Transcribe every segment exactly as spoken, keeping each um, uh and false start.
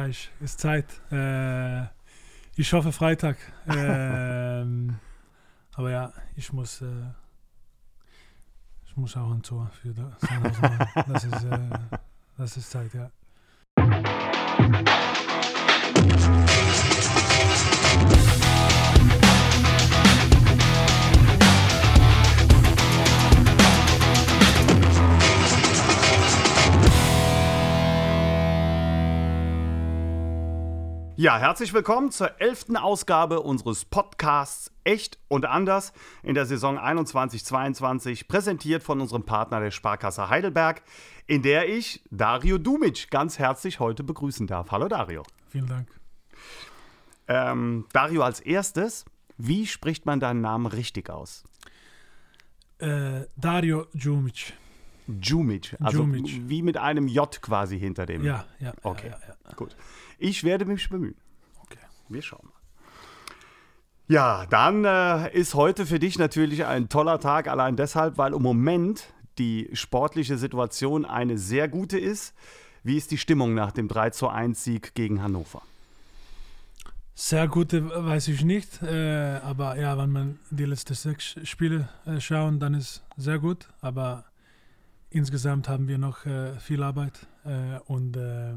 ja, ich, ist Zeit. Äh, ich hoffe Freitag. ähm, aber ja, ich muss, äh, ich muss auch ein Tor für Sandhausen machen. Das ist, äh, das ist Zeit, ja. Ja, herzlich willkommen zur elften Ausgabe unseres Podcasts Echt und Anders in der Saison einundzwanzig zweiundzwanzig, präsentiert von unserem Partner der Sparkasse Heidelberg, in der ich Dario Dumic ganz herzlich heute begrüßen darf. Hallo Dario. Vielen Dank. Ähm, Dario, als erstes, wie spricht man deinen Namen richtig aus? Äh, Dario Dumic. Dumic, also Dumic. Wie mit einem J quasi hinter dem. Ja, ja. Okay, ja, ja, ja. Gut. Ich werde mich bemühen. Okay. Wir schauen mal. Ja, dann äh, ist heute für dich natürlich ein toller Tag, allein deshalb, weil im Moment die sportliche Situation eine sehr gute ist. Wie ist die Stimmung nach dem drei zu eins Sieg gegen Hannover? Sehr gute weiß ich nicht, äh, aber ja, wenn man die letzten sechs Spiele äh, schauen, dann ist sehr gut. Aber insgesamt haben wir noch äh, viel Arbeit äh, und, äh,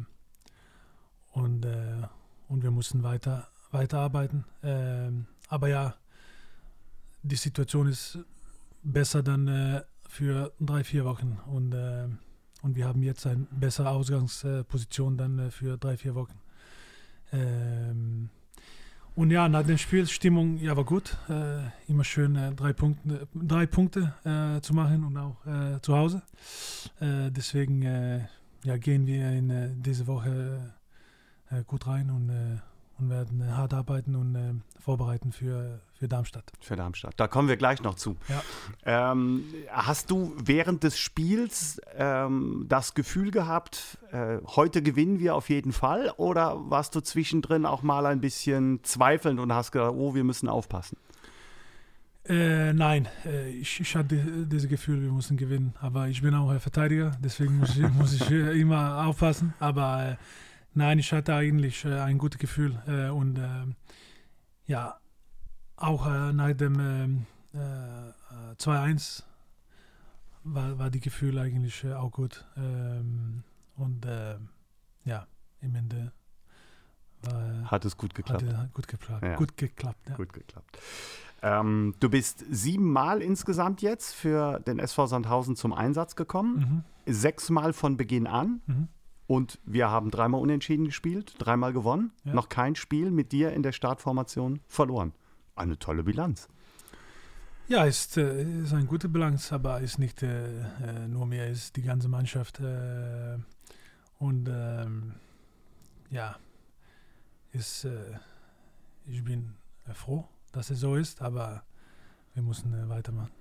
und, äh, und wir müssen weiter, weiterarbeiten. Äh, aber ja, die Situation ist besser dann äh, für drei, vier Wochen und, äh, und wir haben jetzt eine bessere Ausgangsposition dann äh, für drei, vier Wochen. Ähm, Und ja, nach dem Spiel, Stimmung ja, war gut. Äh, immer schön, äh, drei Punkte, drei Punkte äh, zu machen und auch äh, zu Hause. Äh, deswegen äh, ja, gehen wir in äh, diese Woche äh, gut rein und, äh, und werden äh, hart arbeiten und äh, vorbereiten für, für Darmstadt. Für Darmstadt. Da kommen wir gleich noch zu. Ja. Ähm, hast du während des Spiels ähm, das Gefühl gehabt, äh, heute gewinnen wir auf jeden Fall? Oder warst du zwischendrin auch mal ein bisschen zweifelnd und hast gedacht, oh, wir müssen aufpassen? Äh, nein, äh, ich, ich hatte dieses Gefühl, wir müssen gewinnen. Aber ich bin auch ein Verteidiger, deswegen muss ich, muss ich äh, immer aufpassen. Aber äh, nein, ich hatte eigentlich äh, ein gutes Gefühl. Äh, und äh, ja, auch äh, nach dem äh, äh, zwei eins war, war die Gefühl eigentlich äh, auch gut. Ähm, und äh, ja, im Ende war, Hat es gut geklappt? Hat gut geklappt. Ja. Gut geklappt, ja. Gut geklappt. Ähm, du bist siebenmal insgesamt jetzt für den S V Sandhausen zum Einsatz gekommen. Mhm. Sechsmal von Beginn an. Mhm. Und wir haben dreimal unentschieden gespielt, dreimal gewonnen. Ja. Noch kein Spiel mit dir in der Startformation verloren. Eine tolle Bilanz. Ja, ist, äh, ist eine gute Bilanz, aber ist nicht äh, äh, nur mehr, ist die ganze Mannschaft. Äh, und ähm, ja, ist, äh, ich bin äh, froh, dass es so ist, aber wir müssen äh, weitermachen.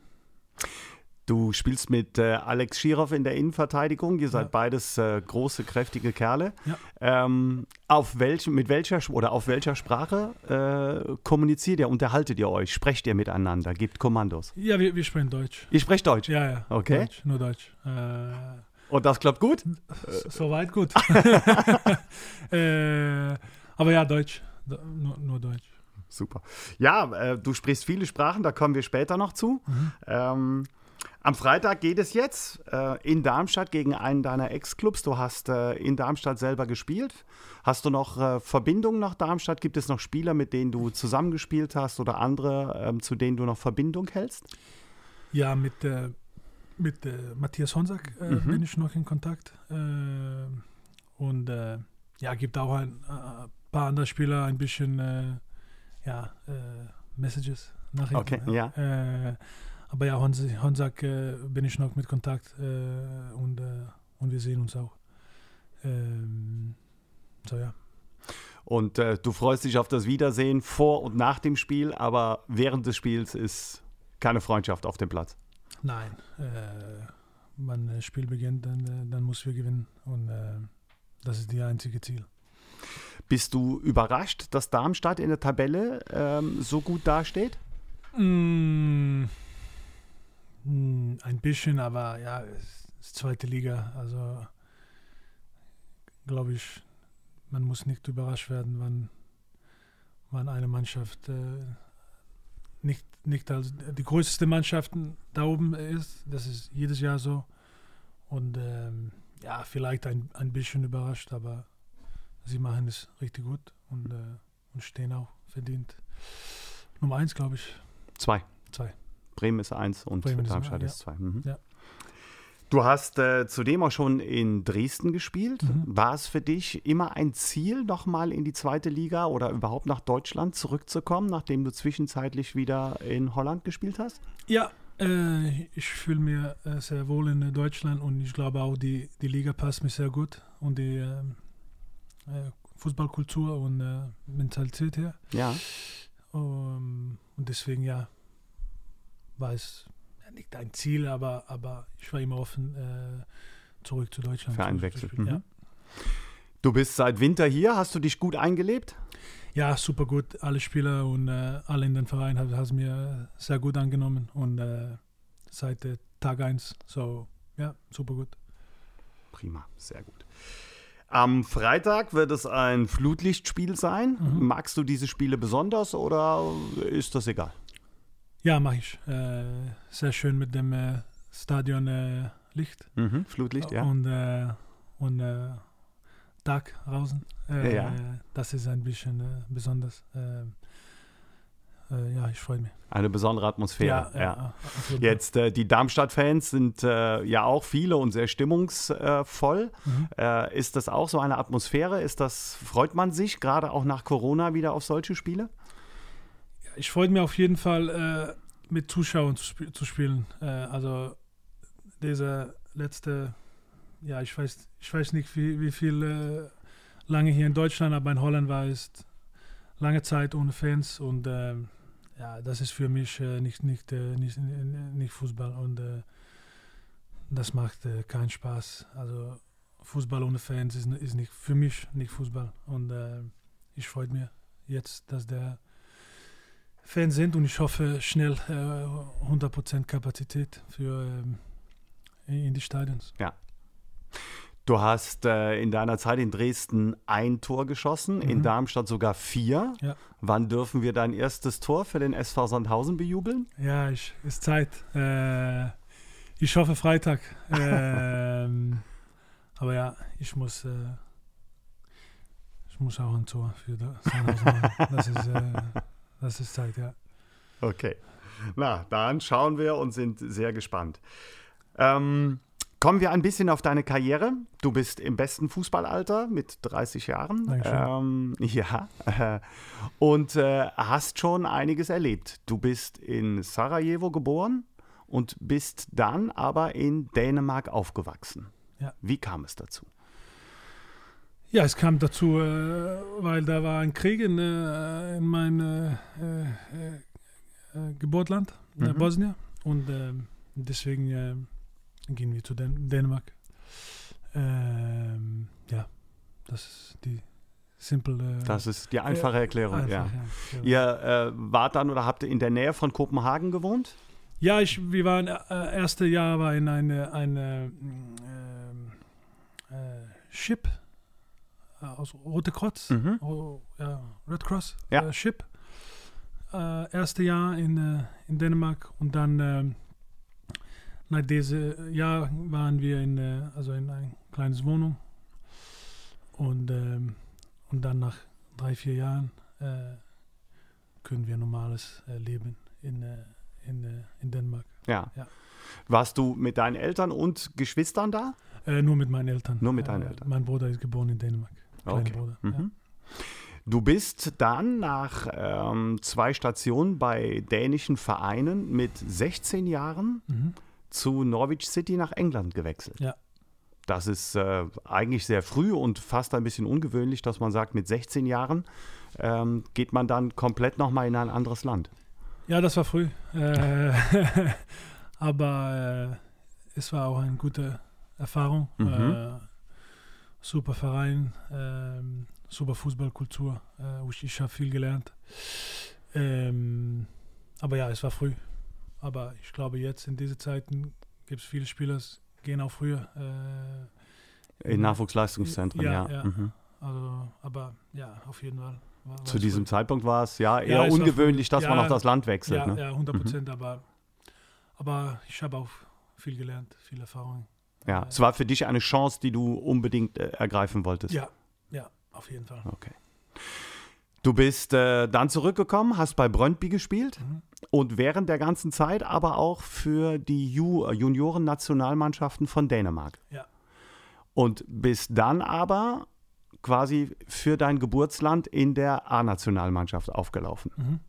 Du spielst mit äh, Alex Schirov in der Innenverteidigung. Ihr seid Ja. beides äh, große, kräftige Kerle. Ja. Ähm, auf welchem, mit welcher oder auf welcher Sprache äh, kommuniziert ihr? Unterhaltet ihr euch? Sprecht ihr miteinander? Gebt Kommandos? Ja, wir, wir sprechen Deutsch. Ihr sprecht Deutsch? Ja, ja. Okay. Deutsch, nur Deutsch. Äh, Und das klappt gut? Soweit gut. äh, aber ja, Deutsch. Do, nur, nur Deutsch. Super. Ja, äh, du sprichst viele Sprachen, da kommen wir später noch zu. Mhm. Ähm, am Freitag geht es jetzt äh, in Darmstadt gegen einen deiner Ex-Clubs. Du hast äh, in Darmstadt selber gespielt. Hast du noch äh, Verbindungen nach Darmstadt? Gibt es noch Spieler, mit denen du zusammengespielt hast oder andere, ähm, zu denen du noch Verbindung hältst? Ja, mit, äh, mit äh, Matthias Honsack äh, Mhm. bin ich noch in Kontakt. Äh, und äh, ja, gibt auch ein äh, paar andere Spieler ein bisschen äh, ja, äh, Messages, Nachrichten. Okay, ja. Äh, aber ja, Hons Honsack äh, bin ich noch mit Kontakt äh, und, äh, und wir sehen uns auch. Ähm, so ja. Und äh, du freust dich auf das Wiedersehen vor und nach dem Spiel, aber während des Spiels ist keine Freundschaft auf dem Platz. Nein, äh, wenn das Spiel beginnt, dann, äh, dann muss wir gewinnen und äh, das ist die einzige Ziel. Bist du überrascht, dass Darmstadt in der Tabelle ähm, so gut dasteht? Mm, mm, ein bisschen, aber ja, es ist zweite Liga, also glaube ich, man muss nicht überrascht werden, wenn, wenn eine Mannschaft äh, nicht, nicht als die größte Mannschaft da oben ist. Das ist jedes Jahr so. Und ähm, ja, vielleicht ein, ein bisschen überrascht, aber sie machen es richtig gut und, äh, und stehen auch verdient. Nummer eins, glaube ich. Zwei. Zwei. Bremen ist eins und Bremen ist Darmstadt immer, ist zwei. Mhm. Ja. Du hast äh, zudem auch schon in Dresden gespielt. Mhm. War es für dich immer ein Ziel, nochmal in die zweite Liga oder überhaupt nach Deutschland zurückzukommen, nachdem du zwischenzeitlich wieder in Holland gespielt hast? Ja, äh, ich fühle mich äh, sehr wohl in äh, Deutschland und ich glaube auch, die, die Liga passt mir sehr gut und die äh, äh, Fußballkultur und äh, Mentalität her. Ja. Um, und deswegen, ja, war es ja, nicht ein Ziel, aber, aber ich war immer offen, äh, zurück zu Deutschland. Für einen zu, Wechsel. zu spielen. Mhm. Ja. Du bist seit Winter hier. Hast du dich gut eingelebt? Ja, super gut. Alle Spieler und äh, alle in den Verein haben es mir sehr gut angenommen und äh, seit äh, Tag eins. So, ja, super gut. Prima, sehr gut. Am Freitag wird es ein Flutlichtspiel sein. Mhm. Magst du diese Spiele besonders oder ist das egal? Ja, mache ich. Äh, sehr schön mit dem äh, Stadion äh, Licht. Mhm, Flutlicht, ja. Und, äh, und äh, Dach draußen. Äh, Ja. Das ist ein bisschen äh, besonders. Äh, äh, ja, ich freue mich. Eine besondere Atmosphäre. Ja, ja. auf jeden Fall. Jetzt, äh, die Darmstadt-Fans sind äh, ja auch viele und sehr stimmungsvoll. Mhm. Äh, ist das auch so eine Atmosphäre? Ist das, freut man sich gerade auch nach Corona wieder auf solche Spiele? Ja, ich freue mich auf jeden Fall, äh, mit Zuschauern zu, sp zu spielen. Äh, also dieser letzte, ja, ich weiß, ich weiß nicht, wie, wie viel äh, lange hier in Deutschland, aber in Holland war es lange Zeit ohne Fans und ähm, ja, das ist für mich äh, nicht, nicht, äh, nicht, nicht Fußball und äh, das macht äh, keinen Spaß. Also Fußball ohne Fans ist, ist nicht für mich nicht Fußball und äh, ich freue mich jetzt, dass der Fans sind und ich hoffe schnell äh, hundert Prozent Kapazität für ähm, in die Stadions. Ja. Du hast äh, in deiner Zeit in Dresden ein Tor geschossen, Mhm. in Darmstadt sogar vier. Ja. Wann dürfen wir dein erstes Tor für den S V Sandhausen bejubeln? Ja, ich, ist Zeit. Äh, ich hoffe Freitag. ähm, aber ja, ich muss, äh, ich muss auch ein Tor für Sandhausen machen. Das ist, äh, das ist Zeit, ja. Okay. Na, dann schauen wir und sind sehr gespannt. Ähm, kommen wir ein bisschen auf deine Karriere. Du bist im besten Fußballalter mit dreißig Jahren. Ähm, ja. Äh, und äh, hast schon einiges erlebt. Du bist in Sarajevo geboren und bist dann aber in Dänemark aufgewachsen. Ja. Wie kam es dazu? Ja, es kam dazu, äh, weil da war ein Krieg in, äh, in meinem äh, äh, Geburtsland, mhm. äh, Bosnien. Und äh, deswegen äh, gehen wir zu Dän Dänemark. Ähm, ja, das ist die simple. Äh, das ist die einfache Erklärung, einfach, ja. ja. Ihr äh, wart dann oder habt ihr in der Nähe von Kopenhagen gewohnt? Ja, ich, wir waren, äh, erste Jahr war in eine, eine äh, äh, Ship aus Rote Kreuz, Mhm. oh, ja, Red Cross Ja. äh, Ship. Äh, erste Jahr in, äh, in Dänemark und dann äh, nach diesem Jahr waren wir in, äh, also in einer kleinen Wohnung und, ähm, und dann nach drei, vier Jahren äh, können wir normales äh, Leben in, äh, in, äh, in Dänemark. Ja. Ja. Warst du mit deinen Eltern und Geschwistern da? Äh, nur mit meinen Eltern. Nur mit deinen äh, Eltern. Mein Bruder ist geboren in Dänemark. Kleiner Okay. Bruder. Mhm. Ja. Du bist dann nach ähm, zwei Stationen bei dänischen Vereinen mit sechzehn Jahren Mhm. zu Norwich City nach England gewechselt. Ja. Das ist äh, eigentlich sehr früh und fast ein bisschen ungewöhnlich, dass man sagt, mit sechzehn Jahren ähm, geht man dann komplett nochmal in ein anderes Land. Ja, das war früh. Äh, aber äh, es war auch eine gute Erfahrung. Mhm. Äh, super Verein, ähm, super Fußballkultur. Äh, ich ich habe viel gelernt. Ähm, aber ja, es war früh. Aber ich glaube, jetzt in diesen Zeiten gibt es viele Spieler, die gehen auch früher. Äh, In Nachwuchsleistungszentren, ja. Ja, ja. Mhm. Also, aber ja, auf jeden Fall. War, Zu diesem gut. Zeitpunkt war es ja eher ja, ungewöhnlich, war, dass ja, man auch das Land wechselt. Ja, ne? ja hundert Prozent, mhm. aber, aber ich habe auch viel gelernt, viel Erfahrung. Ja, äh, es war für dich eine Chance, die du unbedingt äh, ergreifen wolltest. Ja, ja, auf jeden Fall. Okay. Du bist äh, dann zurückgekommen, hast bei Brøndby gespielt mhm. und während der ganzen Zeit aber auch für die Ju- Junioren-Nationalmannschaften von Dänemark. Ja. Und bist dann aber quasi für dein Geburtsland in der A-Nationalmannschaft aufgelaufen. Mhm.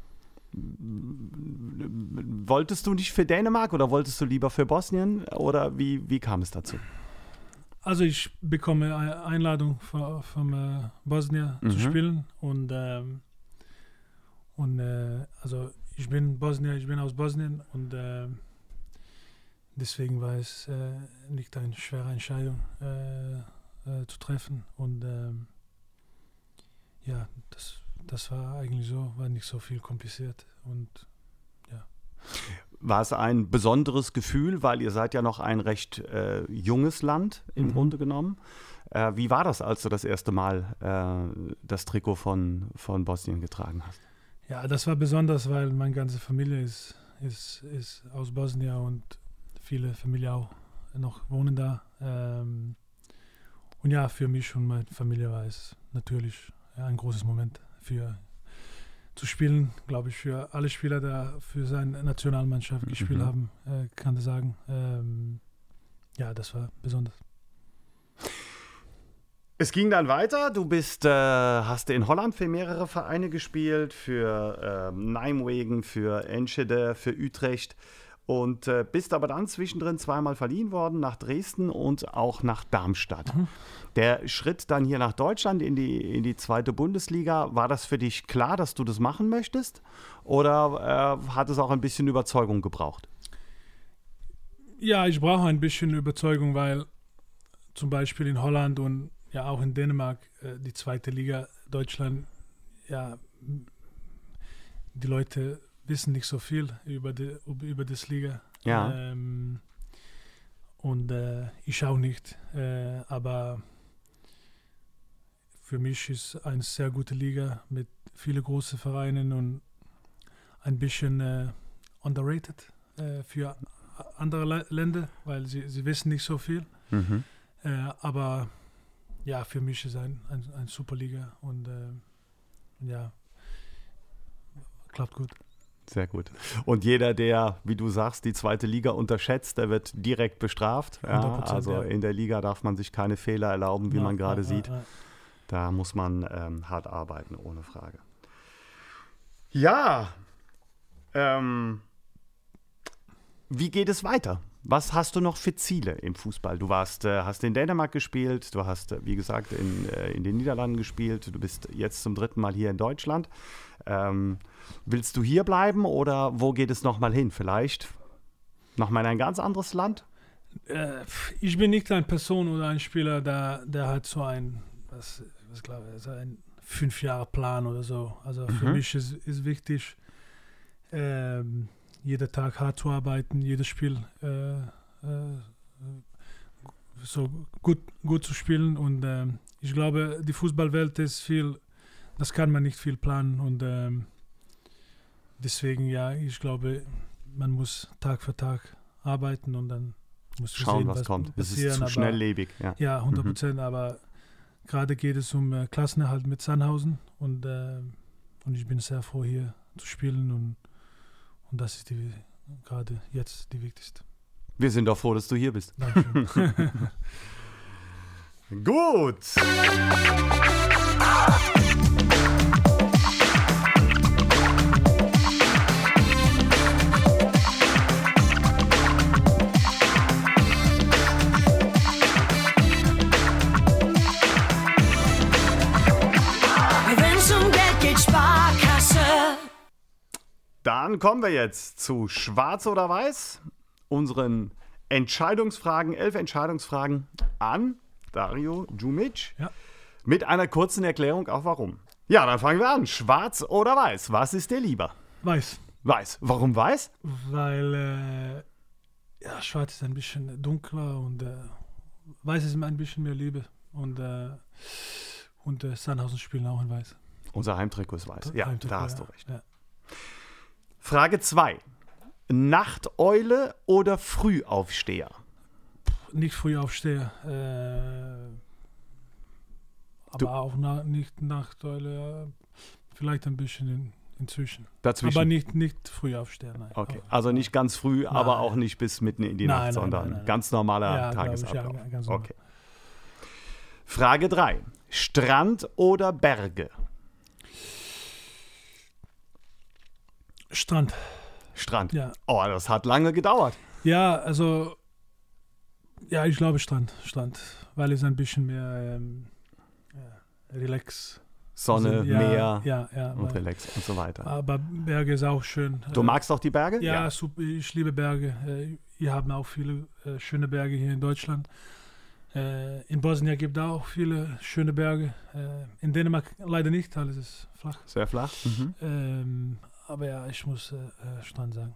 Wolltest du nicht für Dänemark oder wolltest du lieber für Bosnien oder wie, wie kam es dazu? Also ich bekomme eine Einladung von, von äh, Bosnien mhm. zu spielen und, ähm, und äh, also ich bin Bosnier, ich bin aus Bosnien und äh, deswegen war es äh, nicht eine schwere Entscheidung äh, äh, zu treffen und ähm, ja, das, das war eigentlich so, war nicht so viel kompliziert und ja. War es ein besonderes Gefühl, weil ihr seid ja noch ein recht äh, junges Land im mhm. Grunde genommen. Äh, wie war das, als du das erste Mal äh, das Trikot von, von Bosnien getragen hast? Ja, das war besonders, weil meine ganze Familie ist, ist, ist aus Bosnien und viele Familie auch noch wohnen da. Ähm, und ja, für mich und meine Familie war es natürlich ja, ein großes Moment für zu spielen, glaube ich, für alle Spieler, die für seine Nationalmannschaft mhm. gespielt haben, äh, kann ich sagen. Ähm, ja, das war besonders. Es ging dann weiter. Du bist, äh, hast in Holland für mehrere Vereine gespielt, für äh, Nijmegen, für Enschede, für Utrecht und äh, bist aber dann zwischendrin zweimal verliehen worden nach Dresden und auch nach Darmstadt. Mhm. Der Schritt dann hier nach Deutschland in die, in die zweite Bundesliga, war das für dich klar, dass du das machen möchtest? Oder äh, hat es auch ein bisschen Überzeugung gebraucht? Ja, ich brauche ein bisschen Überzeugung, weil zum Beispiel in Holland und ja auch in Dänemark äh, die zweite Liga Deutschland, ja, die Leute wissen nicht so viel über die über das Liga. Ja. Ähm, und äh, ich auch nicht, äh, aber für mich ist eine sehr gute Liga mit vielen großen Vereinen und ein bisschen äh, underrated äh, für andere Le- Länder, weil sie, sie wissen nicht so viel. Mhm. Äh, aber ja, für mich ist ein, ein, ein super Liga und äh, ja, klappt gut. Sehr gut. Und jeder, der, wie du sagst, die zweite Liga unterschätzt, der wird direkt bestraft. Ja, also ja. In der Liga darf man sich keine Fehler erlauben, wie ja, man gerade ja, sieht. Ja, ja. Da muss man ähm, hart arbeiten, ohne Frage. Ja, ähm, wie geht es weiter? Was hast du noch für Ziele im Fußball? Du warst, äh, hast in Dänemark gespielt, du hast, äh, wie gesagt, in, äh, in den Niederlanden gespielt, du bist jetzt zum dritten Mal hier in Deutschland. Ähm, willst du hier bleiben oder wo geht es nochmal hin? Vielleicht nochmal in ein ganz anderes Land? Äh, ich bin nicht eine Person oder ein Spieler, der, der hat so ein, was, was glaube ich, so ein Fünf-Jahre-Plan oder so. Also für mhm. mich ist, ist wichtig, ähm, jeden Tag hart zu arbeiten, jedes Spiel äh, äh, so gut, gut zu spielen. Und äh, ich glaube, die Fußballwelt ist viel, das kann man nicht viel planen. Und äh, deswegen, ja, ich glaube, man muss Tag für Tag arbeiten und dann muss schauen, sehen, was, was kommt. Es ist zu aber, schnelllebig. Ja, ja hundert Prozent. Mhm. Aber gerade geht es um äh, Klassenerhalt mit Sandhausen. Und, äh, und ich bin sehr froh, hier zu spielen. Und Und das ist die, gerade jetzt die wichtigste. Wir sind auch froh, dass du hier bist. Dankeschön. Gut. Wenn's um Geld geht, Sparkasse. Dann kommen wir jetzt zu Schwarz oder Weiß, unseren Entscheidungsfragen, elf Entscheidungsfragen an Dario Djumic, ja. Mit einer kurzen Erklärung auch warum. Ja, dann fangen wir an. Schwarz oder Weiß, was ist dir lieber? Weiß. Weiß. Warum Weiß? Weil äh, ja, Schwarz ist ein bisschen dunkler und äh, Weiß ist mir ein bisschen mehr Liebe. Und äh, Und äh, Sandhausen spielen auch in Weiß. Unser Heimtrikot ist weiß. Ja, Heimtrikot, da hast ja. du recht. Ja. Frage zwei. Nachteule oder Frühaufsteher? Nicht früh aufstehe. Äh, aber Du- auch na, nicht Nachteule. Äh, vielleicht ein bisschen in, inzwischen. Dazwischen. Aber nicht, nicht früh aufstehen. Nein. Okay, Aber- also nicht ganz früh, aber Nein. auch nicht bis mitten in die Nein, Nacht, nein, sondern nein, nein, nein. ganz normaler Ja, glaub ich, Tagesablauf. ja, ganz normal. Okay. Frage drei. Strand oder Berge? Strand. Strand. Ja. Oh, das hat lange gedauert. Ja, also. Ja, ich glaube Strand. Strand. Weil es ein bisschen mehr ähm, ja, relax. Sonne, sind. Ja, Meer Ja, ja. und weil- Relax und so weiter. Aber Berge ist auch schön. Du Äh, magst auch die Berge? Ja, super. Ich liebe Berge. Äh, Wir haben auch viele äh, schöne Berge hier in Deutschland. Äh, in Bosnien gibt es auch viele schöne Berge. Äh, in Dänemark leider nicht, alles ist flach. Sehr flach. Mhm. Ähm, aber ja, ich muss äh, äh, Strand sagen.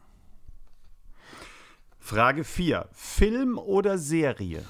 Frage vier. Film oder Serie?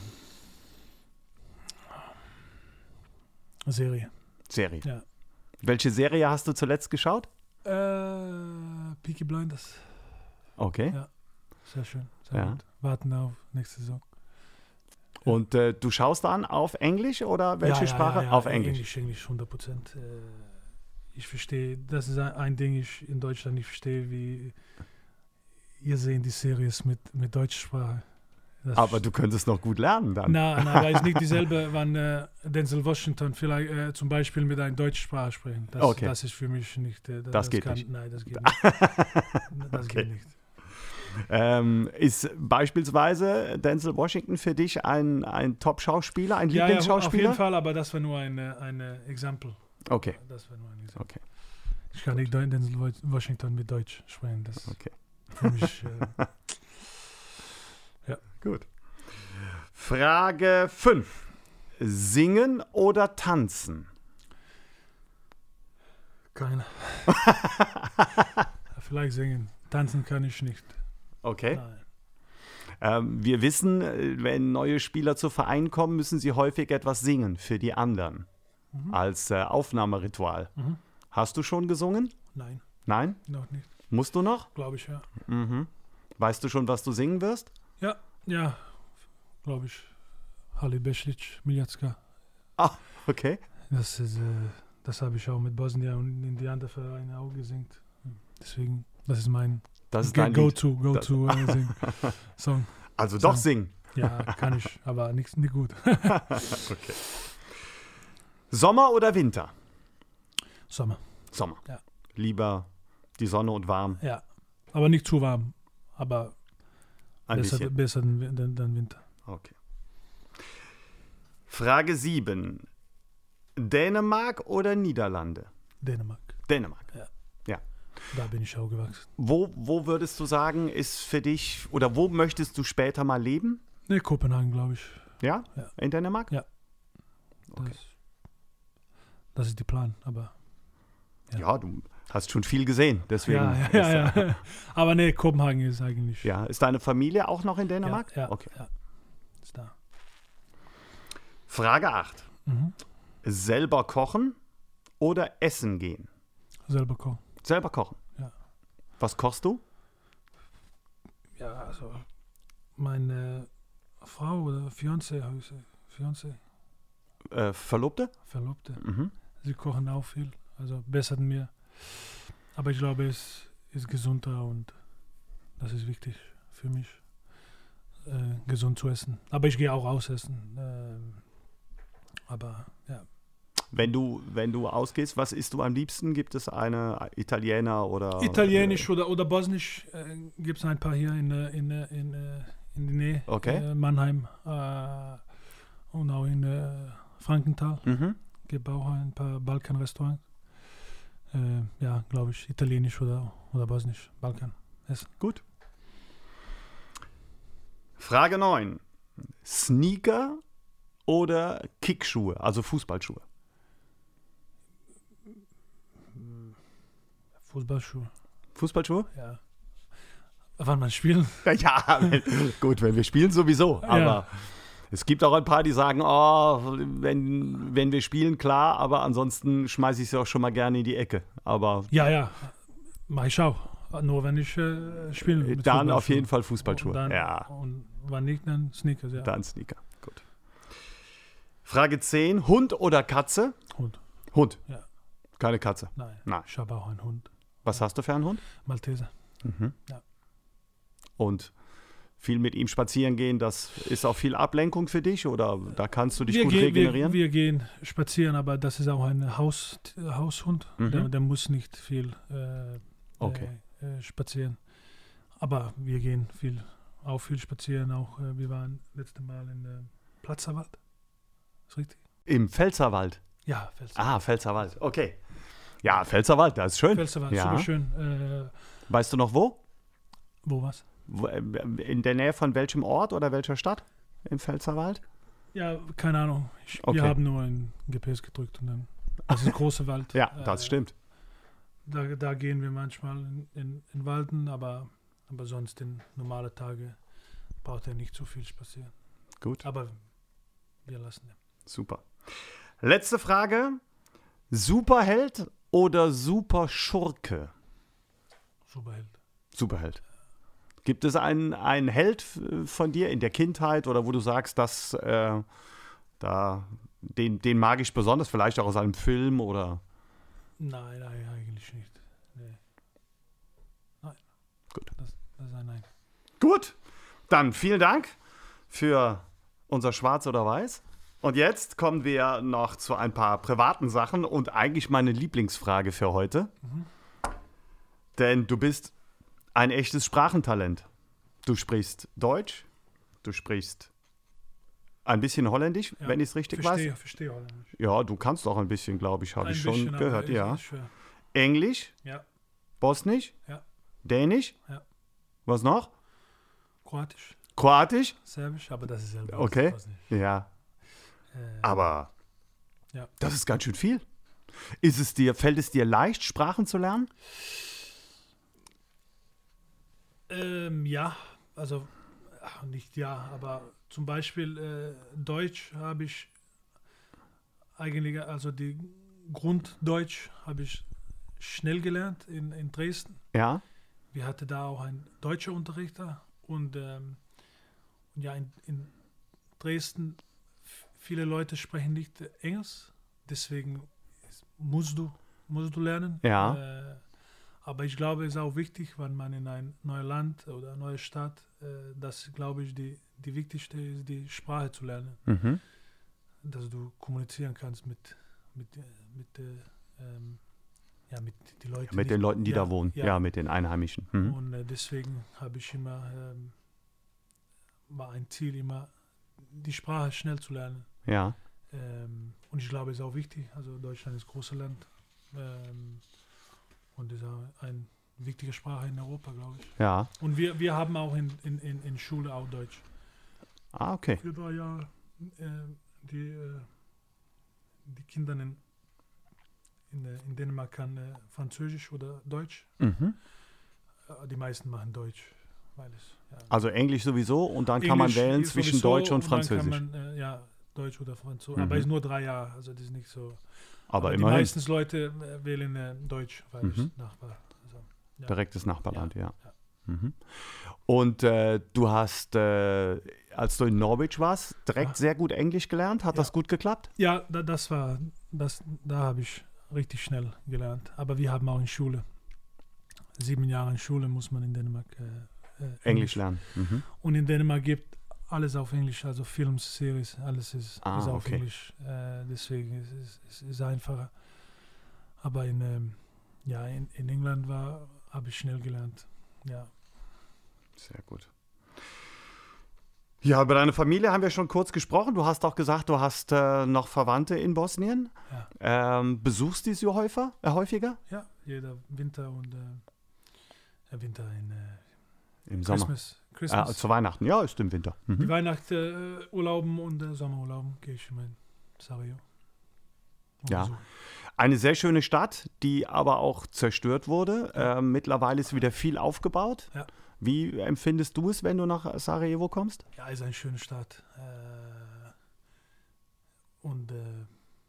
Serie. Serie. Ja. Welche Serie hast du zuletzt geschaut? Äh, Peaky Blinders. Okay. Ja. Sehr schön. Sehr Ja. gut. Warten auf nächste Saison. Und äh, du schaust dann auf Englisch oder welche ja, ja, Sprache? Ja, ja, Auf Englisch. Englisch, Englisch, hundert Prozent. Äh, ich verstehe, das ist ein, ein Ding, ich in Deutschland nicht verstehe, wie ihr seht die Series mit, mit Deutschsprache. Das Aber du könntest noch gut lernen dann. Nein, nein, weil es nicht dieselbe, wenn äh, Denzel Washington vielleicht äh, zum Beispiel mit einer Deutschsprache sprechen. Das, Okay. das ist für mich nicht. Äh, Das geht nicht. Nein, das geht nicht. Das Okay. geht nicht. Ähm, ist beispielsweise Denzel Washington für dich ein, ein Top-Schauspieler, ein Ja, ja, auf Lieblingsschauspieler? jeden Fall, aber das war nur ein äh, ein äh, Exempel. Okay, Das war nur ein Exempel. okay, Ich kann nicht Deu- Denzel Wa- Washington mit Deutsch sprechen. Das okay. für mich. Äh, Gut. Frage fünf. Singen oder tanzen? keine. Vielleicht singen. Tanzen kann ich nicht. Okay. Nein. Ähm, wir wissen, äh, wenn neue Spieler zu Verein kommen, müssen sie häufig etwas singen für die anderen. Mhm. Als äh, Aufnahmeritual. Mhm. Hast du schon gesungen? Nein, Nein? noch nicht. Musst du noch? Glaube ich, ja. Mhm. Weißt du schon, was du singen wirst? Ja, ja, glaube ich. Halil Beslic, Miljacka. Ah, okay. Das ist, äh, das habe ich auch mit Bosnien und in die anderen Vereine auch gesungen. Deswegen, das ist mein Das ist dein Lied. Go-To, Go-To äh, Sing Song. Also doch Sing. singen. Ja, kann ich, aber nicht, nicht gut. Okay. Sommer oder Winter? Sommer, Sommer. Ja. Lieber die Sonne und warm. ja. Aber nicht zu warm. Aber Ein besser, bisschen. besser dann, dann, dann Winter. Okay. Frage sieben. Dänemark oder Niederlande? Dänemark, Dänemark. da bin ich aufgewachsen. Wo, wo würdest du sagen, ist für dich, oder wo möchtest du später mal leben? Ne, Kopenhagen, glaube ich. Ja? Ja. In Dänemark? Ja. Das, Okay. das ist der Plan, aber Ja. Ja, du hast schon viel gesehen. Deswegen ja, ist, ja, ja, äh, ja. Aber ne, Kopenhagen ist eigentlich. ja. Ist deine Familie auch noch in Dänemark? Ja, ja, Okay. ja. Ist da. Frage acht. Mhm. Selber kochen oder essen gehen? Selber kochen. Selber kochen? Ja. Was kochst du? Ja, also meine Frau oder Fiancé, habe ich gesagt. Fiancé, Äh, Verlobte? Verlobte. Mhm. Sie kochen auch viel, also besser denn mir. Aber ich glaube, es ist gesunder und das ist wichtig für mich, äh, gesund zu essen. Aber ich gehe auch ausessen. Ähm, aber ja, Wenn du, wenn du ausgehst, was isst du am liebsten? Gibt es eine Italiener oder... Italienisch oder, oder Bosnisch äh, gibt es ein paar hier in, äh, in, äh, in, äh, in der Nähe. Okay. Äh, Mannheim äh, und auch in äh, Frankenthal. Äh, mhm. Gibt auch ein paar Balkan-Restaurants. Äh, ja, glaube ich, Italienisch oder, oder Bosnisch, Balkan. Essen. Gut. Frage neun. Sneaker oder Kickschuhe, also Fußballschuhe? Fußballschuhe, Fußballschuhe? ja. Wann man spielen? Ja, wenn, gut, wenn wir spielen sowieso. Aber Es gibt auch ein paar, die sagen, oh, wenn, wenn wir spielen, klar, aber ansonsten schmeiße ich sie auch schon mal gerne in die Ecke. Aber Ja, ja, mach ich auch. Nur wenn ich äh, spiele. mit dann auf Fußballschuhen. jeden Fall Fußballschuhe. Und dann, Ja, Und wann nicht, dann Sneakers, ja. dann Sneaker. Gut. Frage zehn. Hund oder Katze? Hund. Hund. Ja. Keine Katze. Nein. Nein. Ich habe auch einen Hund. Was hast du für einen Hund? Malteser. Mhm. Ja. Und viel mit ihm spazieren gehen, das ist auch viel Ablenkung für dich oder da kannst du dich Wir gut gehen, regenerieren? wir, wir gehen spazieren, aber das ist auch ein Haus, Haushund. Mhm. Der, der muss nicht viel äh, Okay. äh, spazieren. Aber wir gehen viel, auch viel spazieren. Auch äh, wir waren letztes Mal in äh, Platzerwald. Ist richtig? Im Pfälzerwald. Ja, Pfälzerwald. Ah, Pfälzerwald. Okay. Ja, Pfälzerwald, das ist schön. Pfälzerwald, Ja. super schön. Äh, Weißt du noch wo? wo was? Wo, äh, In der Nähe von welchem Ort oder welcher Stadt im Pfälzerwald? Ja, keine Ahnung. Ich, Okay. Wir haben nur ein G P S gedrückt und dann. Das ist große Wald. Ja, das Äh, stimmt. Da, da gehen wir manchmal in, in, in Walden, aber, aber sonst in normale Tage braucht er nicht so viel spazieren. Gut, Aber wir lassen ihn. super. Letzte Frage. Superheld oder Superschurke? Superheld. Superheld. Gibt es einen, einen Held äh, von dir in der Kindheit oder wo du sagst, dass äh, da, den, den mag ich besonders, vielleicht auch aus einem Film oder? Nein, nein, eigentlich nicht. Nee. Nein. Gut. Das, das ist ein Nein. Gut, dann vielen Dank für unser Schwarz oder Weiß. Und jetzt kommen wir noch zu ein paar privaten Sachen und eigentlich meine Lieblingsfrage für heute. Mhm. Denn du bist ein echtes Sprachentalent. Du sprichst Deutsch, du sprichst ein bisschen Holländisch, Ja, wenn ich es richtig verstehe, weiß. Verstehe Holländisch. Ja, du kannst auch ein bisschen, glaube ich, habe Ein ich schon bisschen, aber gehört. ist- Ja. ist schwer. Englisch, Ja, Bosnisch, Ja. Dänisch. Ja. Was noch? Kroatisch, Kroatisch. Serbisch, aber das ist selber. Okay. Das nicht. Ja, Äh, aber Ja. das ist ganz schön viel. Ist es dir, fällt es dir leicht, Sprachen zu lernen? Ähm, ja, also ach, nicht ja, aber zum Beispiel äh, Deutsch habe ich eigentlich, also die Grunddeutsch habe ich schnell gelernt in, in Dresden. Ja. Wir hatten da auch einen deutschen Unterrichter und, ähm, und ja, in, in Dresden f- viele Leute sprechen nicht äh, Englisch, deswegen ist- musst du, musst du lernen. Ja. Äh, aber ich glaube, es ist auch wichtig, wenn man in ein neues Land oder eine neue Stadt, äh, das glaube ich, die, die wichtigste ist, die Sprache zu lernen, Mhm. dass du kommunizieren kannst mit, mit, äh, mit, äh, ähm, ja, mit den Leuten. Mit den nicht- Leuten, die ja, da wohnen. Ja, ja. mit den Einheimischen. Mhm. Und äh, deswegen habe ich immer, ähm, war ein Ziel, immer die Sprache schnell zu lernen. Ja. Ähm, und ich glaube, es ist auch wichtig. Also Deutschland ist ein großes Land ähm, und ist auch eine wichtige Sprache in Europa, glaube ich. Ja. Und wir, wir haben auch in, in, in, in Schule auch Deutsch. Ah, okay. Für drei Jahre äh, die, äh, die Kinder in, in, äh, in Dänemark kann äh, Französisch oder Deutsch. Mhm. Äh, die meisten machen Deutsch, weil es ja, Also Englisch sowieso und dann kann man Englisch wählen ist zwischen sowieso Deutsch und dann Französisch. Kann man, äh, ja, Deutsch oder Französisch. Mhm. Aber es ist nur drei Jahre, also das ist nicht so. Aber die immerhin. meisten Leute äh, wählen äh, Deutsch, weil Mhm. es Nachbar. Also, ja. Direktes Nachbarland, ja. ja. Mhm. Und äh, du hast, äh, als du in Norwich warst, direkt Ja. sehr gut Englisch gelernt. Hat Ja. das gut geklappt? Ja, da, das war, das, da habe ich richtig schnell gelernt. Aber wir haben auch in Schule, sieben Jahre in Schule muss man in Dänemark äh, äh, Englisch lernen. Mhm. Und in Dänemark gibt alles auf Englisch, also Films, Series, alles ist, Ah, ist auf okay. Englisch. Äh, deswegen ist es ist, ist einfacher. Aber in, ähm, ja, in, in England war, habe ich schnell gelernt. Ja. Sehr gut. Ja, über deine Familie haben wir schon kurz gesprochen. Du hast auch gesagt, du hast äh, noch Verwandte in Bosnien. Ja. Ähm, besuchst du sie häufiger? Äh, häufiger? Ja, jeder Winter und äh, Winter in äh, Im Sommer. Christmas. Äh, Christmas. zu Weihnachten, ja, ist im Winter. Die Mhm. Weihnachtsurlauben und äh, Sommerurlauben gehe ich immer in Sarajevo. Und Ja. besuche. Eine sehr schöne Stadt, die aber auch zerstört wurde. Ähm, mittlerweile ist wieder viel aufgebaut. Ja. Wie empfindest du es, wenn du nach Sarajevo kommst? Ja, ist eine schöne Stadt. Äh, und äh,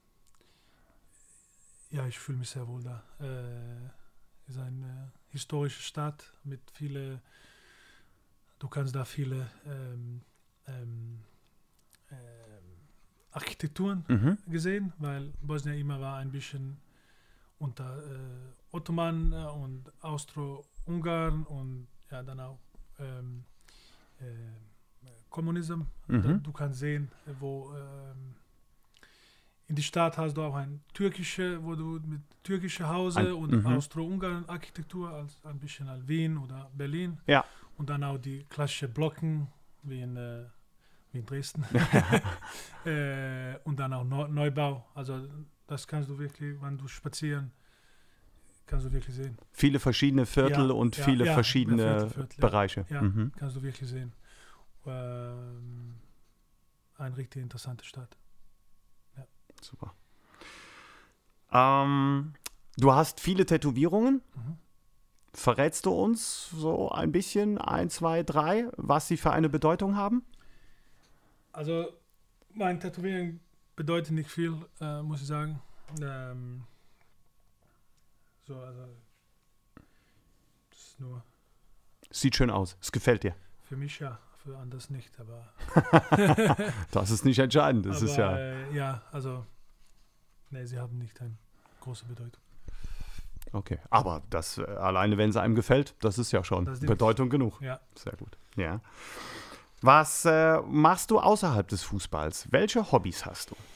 ja, ich fühle mich sehr wohl da. Äh, ist eine historische Stadt mit viele, du kannst da viele ähm, ähm, ähm, Architekturen Mhm. gesehen, weil Bosnien immer war ein bisschen unter äh, Ottoman äh, und Austro-Ungarn und ja dann auch ähm, äh, Kommunismus. Mhm. Da, du kannst sehen, wo ähm, in die Stadt hast du auch ein türkische, wo du mit türkische Hause Ein- und mhm. Austro-Ungarn Architektur als ein bisschen als Wien oder Berlin. Ja. Und dann auch die klassische Blocken wie in, äh, wie in Dresden. äh, und dann auch Neu- Neubau. Also das kannst du wirklich, wenn du spazieren, kannst du wirklich sehen. Viele verschiedene Viertel Ja, und ja, viele ja, verschiedene Viertel, Viertel, ja. Bereiche. Ja, Mhm. kannst du wirklich sehen. Ähm, eine richtig interessante Stadt. Super. Ähm, du hast viele Tätowierungen. Mhm. Verrätst du uns so ein bisschen, ein, zwei, drei, was sie für eine Bedeutung haben? Also, mein Tätowierung bedeutet nicht viel, äh, muss ich sagen. Ähm, so, also, das ist nur Sieht schön aus. Es gefällt dir. für mich ja, für anders nicht, aber. Das ist nicht entscheidend. Das aber, ist ja. Äh, ja, also, nee, sie haben nicht eine große Bedeutung. Okay. Aber das äh, alleine, wenn es einem gefällt, das ist ja schon Das ist die- Bedeutung genug. Ja, Sehr gut. Ja. Was äh, machst du außerhalb des Fußballs? Welche Hobbys hast du?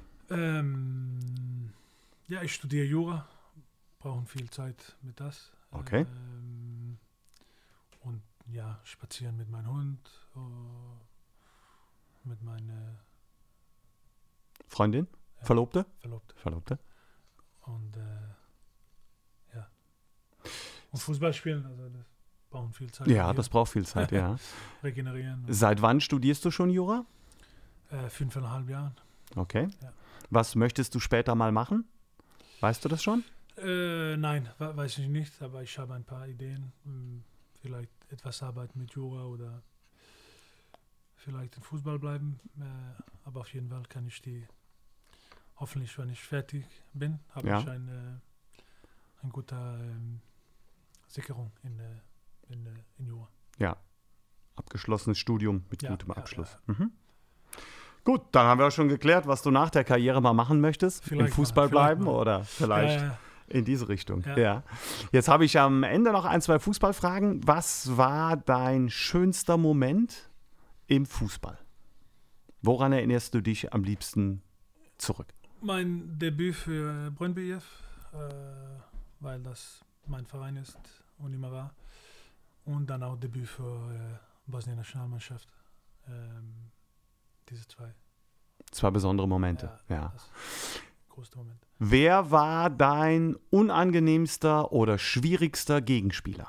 ähm, ja, ich studiere Jura, brauchen viel Zeit mit das. Okay. Ähm, und ja, spazieren mit meinem Hund, oh, mit meiner Freundin? Ja. Verlobte? Verlobten. Verlobte. Und äh, ja. Und Fußball spielen, also das brauchen viel Zeit. Ja, hier. das braucht viel Zeit, ja. Regenerieren. Seit wann studierst du schon Jura? Äh, fünfeinhalb Jahren. Okay. Ja. Was möchtest du später mal machen? Weißt du das schon? Äh, nein, we- weiß ich nicht, aber ich habe ein paar Ideen. Hm, vielleicht etwas arbeiten mit Jura oder vielleicht im Fußball bleiben. Äh, aber auf jeden Fall kann ich die, hoffentlich, wenn ich fertig bin, habe Ja. ich eine, eine gute ähm, Sicherung in, äh, in, äh, in Jura. Ja. Abgeschlossenes Studium mit Ja, gutem ja, Abschluss. ja. Mhm. Gut, dann haben wir auch schon geklärt, was du nach der Karriere mal machen möchtest. Vielleicht Im Fußball mal, vielleicht bleiben mal. oder vielleicht Äh, in diese Richtung. Ja. Ja. Jetzt habe ich am Ende noch ein, zwei Fußballfragen. Was war dein schönster Moment im Fußball? Woran erinnerst du dich am liebsten zurück? mein Debüt für Brøndby I F, äh, weil das mein Verein ist und immer war. Und dann auch Debüt für äh, Bosnien Nationalmannschaft. Ähm, diese zwei. Zwei besondere Momente. Ja. Ja. Das größte Moment. Wer war dein unangenehmster oder schwierigster Gegenspieler?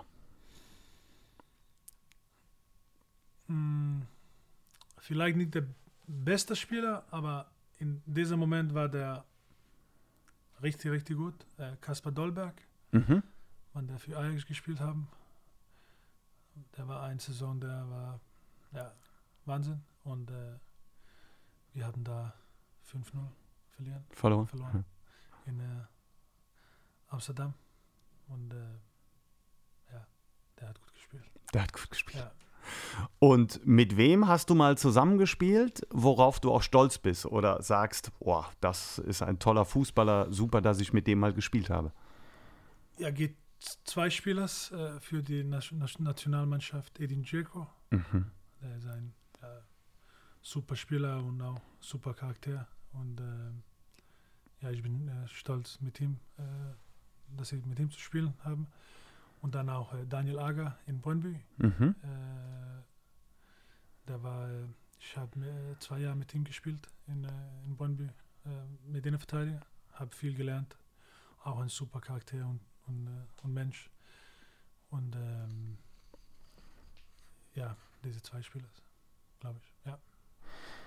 Mm, vielleicht nicht der beste Spieler, aber in diesem Moment war der richtig, richtig gut. Äh, Kaspar Dolberg, Mhm. wann der für Ajax gespielt haben. Der war eine Saison, der war ja, Wahnsinn. Und äh, wir haben da fünf null verlieren, Verloren. verloren in äh, Amsterdam. Und äh, ja, der hat gut gespielt. Der hat gut gespielt. Ja. Und mit wem hast du mal zusammengespielt, worauf du auch stolz bist oder sagst, boah, das ist ein toller Fußballer, super, dass ich mit dem mal gespielt habe? Ja, geht zwei Spielers äh, für die Nation- Nation- Nationalmannschaft, Edin Dzeko. Mhm. Der ist ein ja, super Spieler und auch super Charakter. Und ähm, ja, ich bin äh, stolz mit ihm, äh, dass ich mit ihm zu spielen habe. Und dann auch äh, Daniel Aga in Brøndby. Mhm. Äh, der war, äh, ich habe äh, zwei Jahre mit ihm gespielt in, äh, in Brøndby, äh, mit den Verteidiger. Habe viel gelernt. Auch ein super Charakter und, und, äh, und Mensch. Und ähm, ja, diese zwei Spieler, glaube ich. Ja.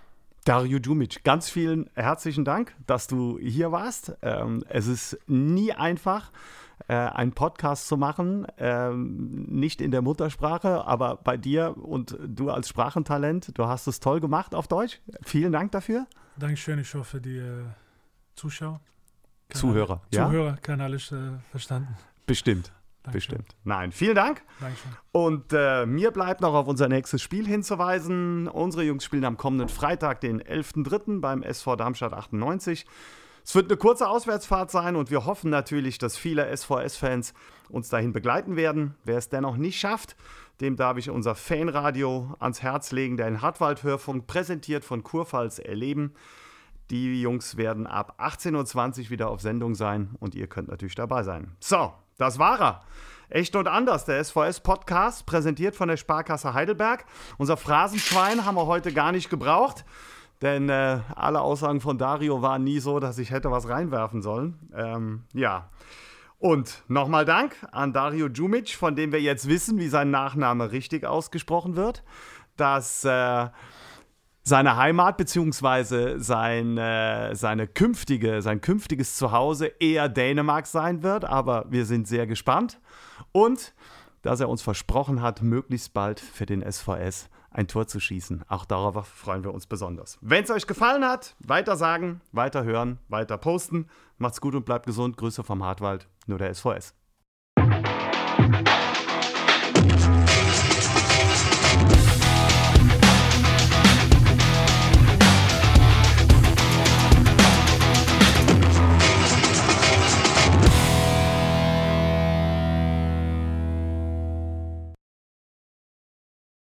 Dario Djumic, ganz vielen herzlichen Dank, dass du hier warst. Ähm, es ist nie einfach, äh, einen Podcast zu machen, ähm, nicht in der Muttersprache, aber bei dir und du als Sprachentalent, du hast es toll gemacht auf Deutsch. Vielen Dank dafür. Dankeschön, ich hoffe, die äh, Zuschauer, kann Zuhörer, alle, ja? Zuhörer können alles äh, verstanden. Bestimmt. Dankeschön. Bestimmt. Nein, vielen Dank. Dankeschön. Und äh, mir bleibt noch auf unser nächstes Spiel hinzuweisen. Unsere Jungs spielen am kommenden Freitag, den elften dritten beim S V Darmstadt achtundneunzig. Es wird eine kurze Auswärtsfahrt sein und wir hoffen natürlich, dass viele S V S-Fans uns dahin begleiten werden. Wer es dennoch nicht schafft, dem darf ich unser Fanradio ans Herz legen, der in Hartwald-Hörfunk präsentiert von Kurpfalz erleben. Die Jungs werden ab achtzehn Uhr zwanzig wieder auf Sendung sein und ihr könnt natürlich dabei sein. So, das war er. Echt und anders, der S V S-Podcast, präsentiert von der Sparkasse Heidelberg. Unser Phrasenschwein haben wir heute gar nicht gebraucht, denn äh, alle Aussagen von Dario waren nie so, dass ich hätte was reinwerfen sollen. Ähm, ja, und nochmal Dank an Dario Djumic, von dem wir jetzt wissen, wie sein Nachname richtig ausgesprochen wird, dass äh, seine Heimat bzw. Sein, äh, seine künftige, sein künftiges Zuhause eher Dänemark sein wird, aber wir sind sehr gespannt. Und dass er uns versprochen hat, möglichst bald für den S V S ein Tor zu schießen. Auch darauf freuen wir uns besonders. Wenn es euch gefallen hat, weiter sagen, weiter hören, weiter posten. Macht's gut und bleibt gesund. Grüße vom Hartwald, nur der S V S.